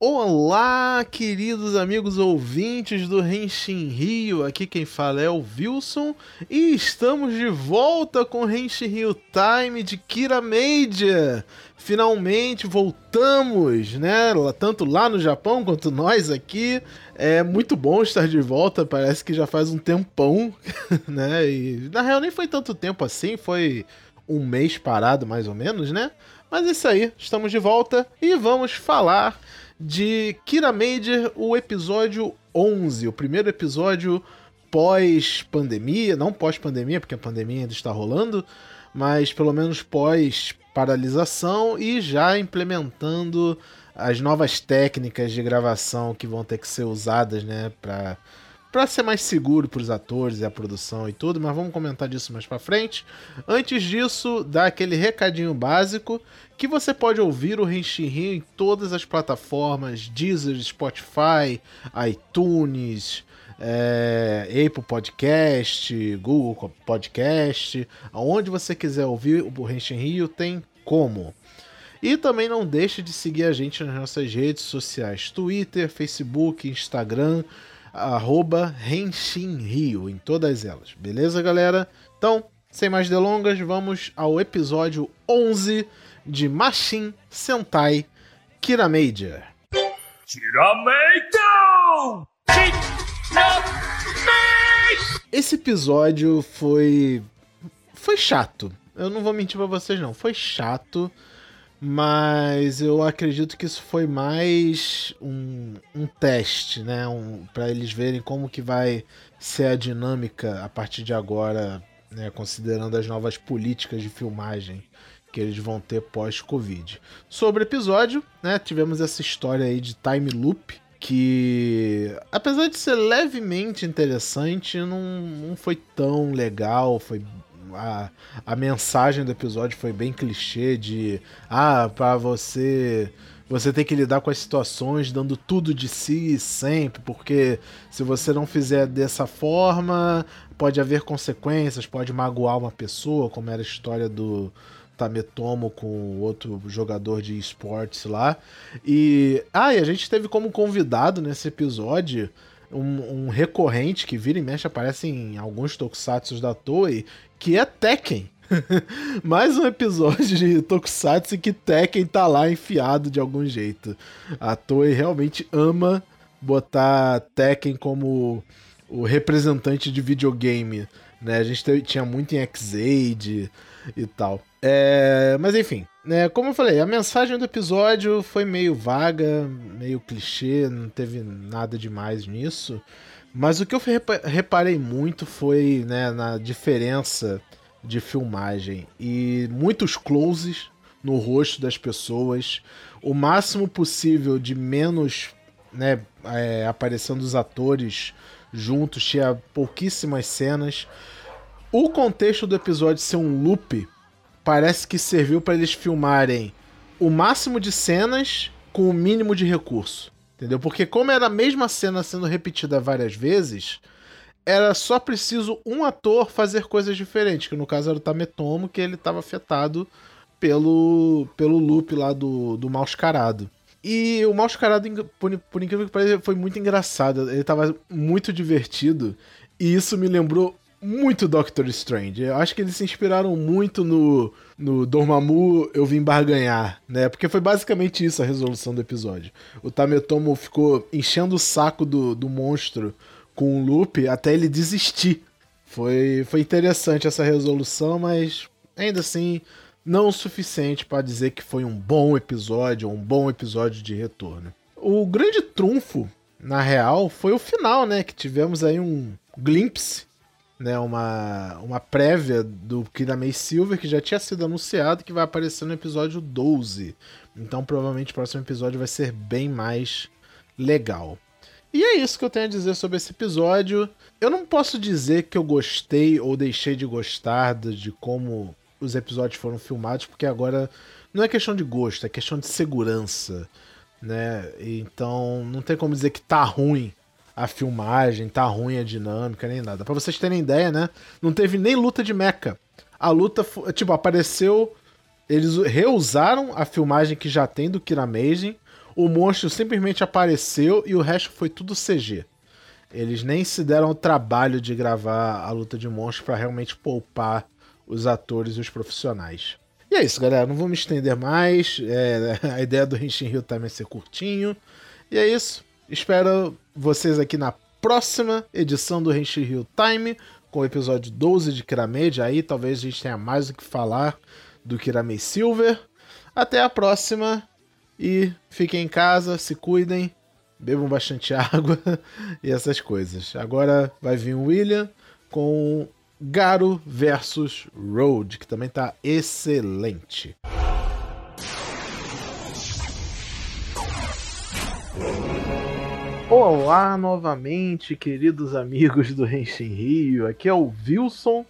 Olá, queridos amigos ouvintes do Henshin Rio, aqui quem fala é o Wilson e estamos de volta com Henshin Rio Time de Kira Major. Finalmente voltamos, né? Tanto lá no Japão quanto nós aqui. É muito bom estar de volta, parece que já faz um tempão, né? E na real nem foi tanto tempo assim, foi um mês parado mais ou menos, né? Mas é isso aí, estamos de volta e vamos falar de Kira Major, o episódio 11, o primeiro episódio pós-pandemia, não pós-pandemia, porque a pandemia ainda está rolando, mas pelo menos pós-paralisação e já implementando as novas técnicas de gravação que vão ter que ser usadas, né, para ser mais seguro para os atores e a produção e tudo, mas vamos comentar disso mais para frente. Antes disso, dá aquele recadinho básico que você pode ouvir o Henshin Rio em todas as plataformas, Deezer, Spotify, iTunes, Apple Podcast, Google Podcast, aonde você quiser ouvir o Henshin Rio tem como. E também não deixe de seguir a gente nas nossas redes sociais, Twitter, Facebook, Instagram, @HenshinRio em todas elas, beleza, galera? Então, sem mais delongas, vamos ao episódio 11 de Machin Sentai Kira Major. Esse episódio foi chato. Eu não vou mentir pra vocês não, foi chato. Mas eu acredito que isso foi mais um teste, né? Para eles verem como que vai ser a dinâmica a partir de agora, né? Considerando as novas políticas de filmagem que eles vão ter pós-Covid. Sobre o episódio, né? Tivemos essa história aí de time loop, que apesar de ser levemente interessante, não foi tão legal, foi... A mensagem do episódio foi bem clichê de pra você tem que lidar com as situações dando tudo de si sempre, porque se você não fizer dessa forma, pode haver consequências, pode magoar uma pessoa, como era a história do Tametomo com o outro jogador de esportes lá. E a gente teve como convidado nesse episódio um recorrente que vira e mexe, aparece em alguns tokusatsu da Toei, que é Tekken. Mais um episódio de tokusatsu que Tekken tá lá enfiado de algum jeito. A Toei realmente ama botar Tekken como o representante de videogame, né? A gente tinha muito em X-Aid e tal. Mas enfim, né, como eu falei, a mensagem do episódio foi meio vaga, meio clichê, não teve nada demais nisso. Mas o que eu reparei muito foi, né, na diferença de filmagem e muitos closes no rosto das pessoas, o máximo possível de menos, né, aparecendo os atores juntos, tinha pouquíssimas cenas. O contexto do episódio ser um loop parece que serviu para eles filmarem o máximo de cenas com o mínimo de recurso, entendeu? Porque como era a mesma cena sendo repetida várias vezes, era só preciso um ator fazer coisas diferentes, que no caso era o Tametomo, que ele estava afetado pelo loop lá do Mascarado. E o Mascarado, por incrível que pareça, foi muito engraçado, ele estava muito divertido, e isso me lembrou muito Doctor Strange. Eu acho que eles se inspiraram muito no Dormammu Eu Vim Barganhar, né? Porque foi basicamente isso a resolução do episódio. O Tametomo ficou enchendo o saco do monstro com um loop até ele desistir. Foi interessante essa resolução, mas ainda assim não o suficiente para dizer que foi um bom episódio ou um bom episódio de retorno. O grande trunfo, na real, foi o final, né? Que tivemos aí um glimpse, né, uma prévia do Kira Major Silver, que já tinha sido anunciado, que vai aparecer no episódio 12. Então provavelmente o próximo episódio vai ser bem mais legal. E é isso que eu tenho a dizer sobre esse episódio. Eu não posso dizer que eu gostei ou deixei de gostar de como os episódios foram filmados, porque agora não é questão de gosto, é questão de segurança, né? Então não tem como dizer que tá ruim a filmagem, tá ruim a dinâmica, nem nada. Pra vocês terem ideia, né? Não teve nem luta de mecha. A luta, apareceu... Eles reusaram a filmagem que já tem do Kira Major, o monstro simplesmente apareceu e o resto foi tudo CG. Eles nem se deram o trabalho de gravar a luta de monstros para realmente poupar os atores e os profissionais. E é isso, galera. Não vou me estender mais. A ideia do Henshin Hill Time é ser curtinho. E é isso. Espero vocês aqui na próxima edição do Henshin Hill Time, com o episódio 12 de Kiramage. Aí talvez a gente tenha mais o que falar do Kiramage Silver. Até a próxima. E fiquem em casa, se cuidem. Bebam bastante água e essas coisas. Agora vai vir o William com Garo versus Road, que também tá excelente. Olá novamente, queridos amigos do Henshin Rio. Aqui é o Wilson.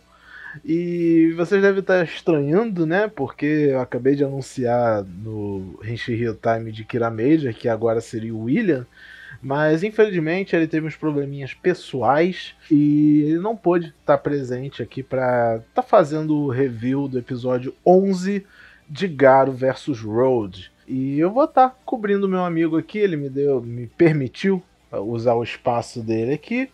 E vocês devem estar estranhando, né? Porque eu acabei de anunciar no Henshin Hill Time de Kiramage que agora seria o William. Mas infelizmente ele teve uns probleminhas pessoais e ele não pôde estar presente aqui para estar fazendo o review do episódio 11 de Garo vs Road. E eu vou estar cobrindo meu amigo aqui, ele me permitiu usar o espaço dele aqui.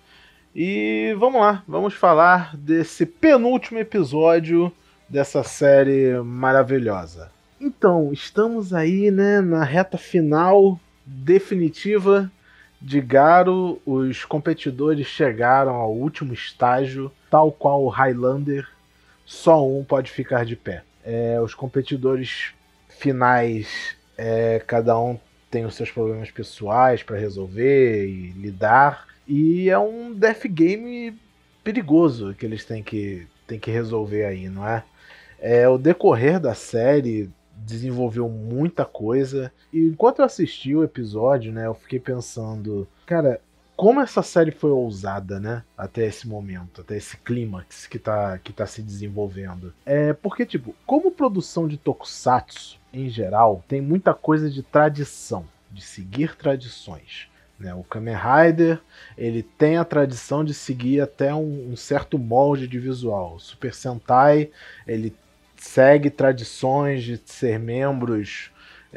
E vamos lá, vamos falar desse penúltimo episódio dessa série maravilhosa. Então, estamos aí, né, na reta final definitiva de Garo. Os competidores chegaram ao último estágio, tal qual o Highlander, só um pode ficar de pé. Os competidores finais, cada um tem os seus problemas pessoais para resolver e lidar. E é um death game perigoso que eles têm que resolver aí, não é? O decorrer da série desenvolveu muita coisa. E enquanto eu assisti o episódio, né, eu fiquei pensando, cara, como essa série foi ousada, né? Até esse momento, até esse clímax que tá se desenvolvendo. Porque, tipo, como produção de tokusatsu, em geral, tem muita coisa de tradição, de seguir tradições. O Kamen Rider, ele tem a tradição de seguir até um certo molde de visual. O Super Sentai, ele segue tradições de ser membros,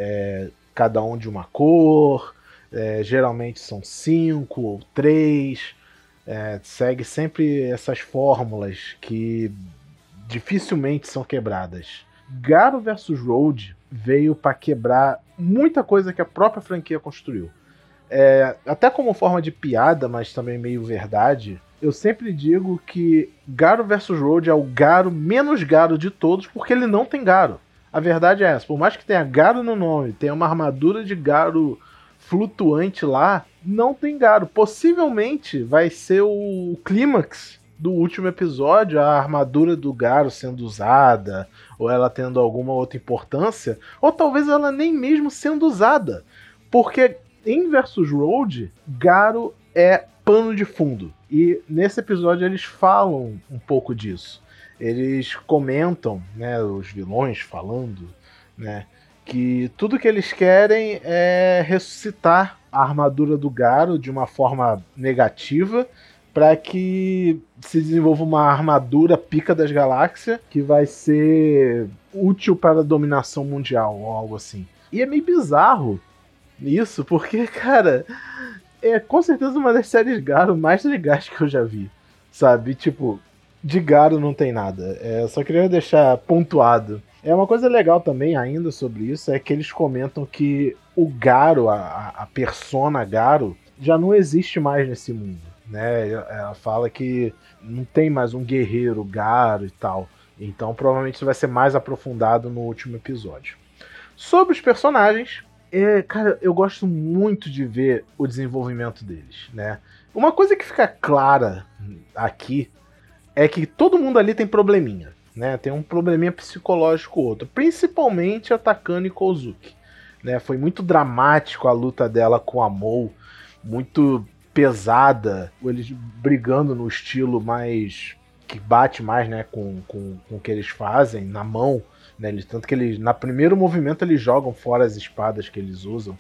cada um de uma cor, geralmente são 5 ou 3, segue sempre essas fórmulas que dificilmente são quebradas. Garo vs Road veio para quebrar muita coisa que a própria franquia construiu. Até como forma de piada, mas também meio verdade, eu sempre digo que Garo vs Road é o Garo menos Garo de todos, porque ele não tem Garo. A verdade é essa, por mais que tenha Garo no nome, tenha uma armadura de Garo flutuante lá, não tem Garo. Possivelmente vai ser o clímax do último episódio, a armadura do Garo sendo usada, ou ela tendo alguma outra importância, ou talvez ela nem mesmo sendo usada, porque em Versus Road, Garo é pano de fundo. E nesse episódio eles falam um pouco disso. Eles comentam, né, os vilões falando, né, que tudo que eles querem é ressuscitar a armadura do Garo de uma forma negativa para que se desenvolva uma armadura pica das galáxias que vai ser útil para a dominação mundial ou algo assim. E é meio bizarro isso, porque, cara, é com certeza uma das séries Garo mais legais que eu já vi, sabe? Tipo, de Garo não tem nada. Só queria deixar pontuado. Uma coisa legal também ainda sobre isso é que eles comentam que o Garo, a persona Garo, já não existe mais nesse mundo, né? Ela fala que não tem mais um guerreiro Garo e tal. Então provavelmente isso vai ser mais aprofundado no último episódio. Sobre os personagens, cara, eu gosto muito de ver o desenvolvimento deles, né? Uma coisa que fica clara aqui é que todo mundo ali tem probleminha, né? Tem um probleminha psicológico ou outro, principalmente a Takane Kozuki, né? Foi muito dramático a luta dela com a Mou, muito pesada, eles brigando no estilo mais que bate mais, né, com o que eles fazem na mão. Tanto que eles, no primeiro movimento, eles jogam fora as espadas que eles usam.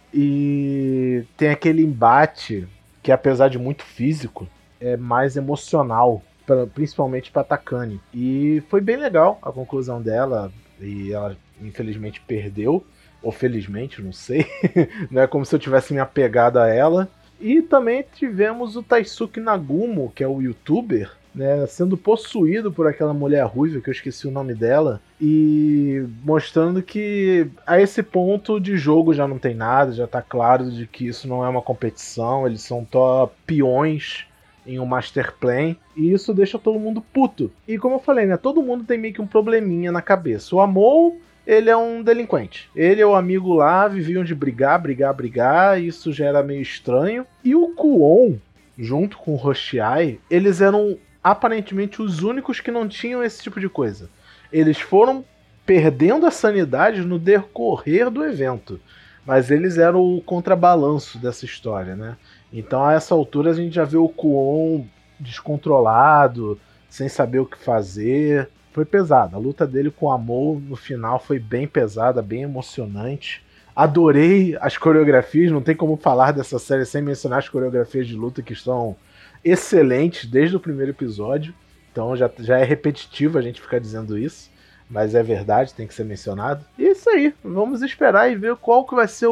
E tem aquele embate que, apesar de muito físico, é mais emocional, principalmente para Takane. E foi bem legal a conclusão dela. E ela, infelizmente, perdeu. ou felizmente, não sei. Não é como se eu tivesse me apegado a ela. E também tivemos o Taisuke Nagumo, que é o youtuber, né, sendo possuído por aquela mulher ruiva, que eu esqueci o nome dela, e mostrando que a esse ponto de jogo já não tem nada, já tá claro de que isso não é uma competição, eles são só peões em um master plan, e isso deixa todo mundo puto. E como eu falei, né, todo mundo tem meio que um probleminha na cabeça. O Amou, ele é um delinquente. Ele e o amigo lá viviam de brigar, e isso já era meio estranho. E o Kuon, junto com o Hoshiai, eles eram aparentemente os únicos que não tinham esse tipo de coisa. Eles foram perdendo a sanidade no decorrer do evento, mas eles eram o contrabalanço dessa história, né? Então a essa altura a gente já vê o Kuon descontrolado, sem saber o que fazer. Foi pesado. A luta dele com o Amou no final foi bem pesada, bem emocionante. Adorei as coreografias, não tem como falar dessa série sem mencionar as coreografias de luta que estão excelentes desde o primeiro episódio. Então já é repetitivo a gente ficar dizendo isso, mas é verdade, tem que ser mencionado. E é isso aí, vamos esperar e ver qual que vai ser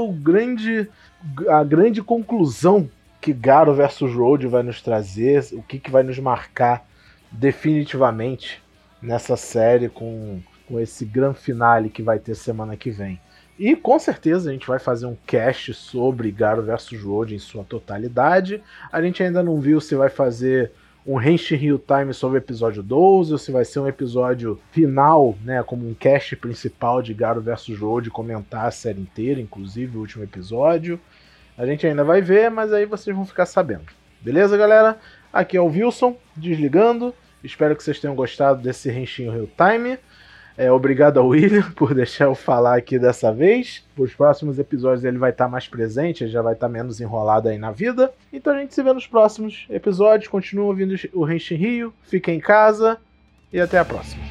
a grande conclusão que Garo vs Road vai nos trazer, o que vai nos marcar definitivamente nessa série com esse grande finale que vai ter semana que vem. E com certeza a gente vai fazer um cast sobre Garo vs Road em sua totalidade. A gente ainda não viu se vai fazer um Henshin Hill Time sobre o episódio 12, ou se vai ser um episódio final, né, como um cast principal de Garo vs Road, comentar a série inteira, inclusive o último episódio. A gente ainda vai ver, mas aí vocês vão ficar sabendo. Beleza, galera? Aqui é o Wilson, desligando. Espero que vocês tenham gostado desse Henshin Hill Time. Obrigado ao William por deixar eu falar aqui dessa vez. Os próximos episódios ele vai estar mais presente, ele já vai estar menos enrolado aí na vida. Então a gente se vê nos próximos episódios. Continua ouvindo o Henshin Rio, fiquem em casa e até a próxima.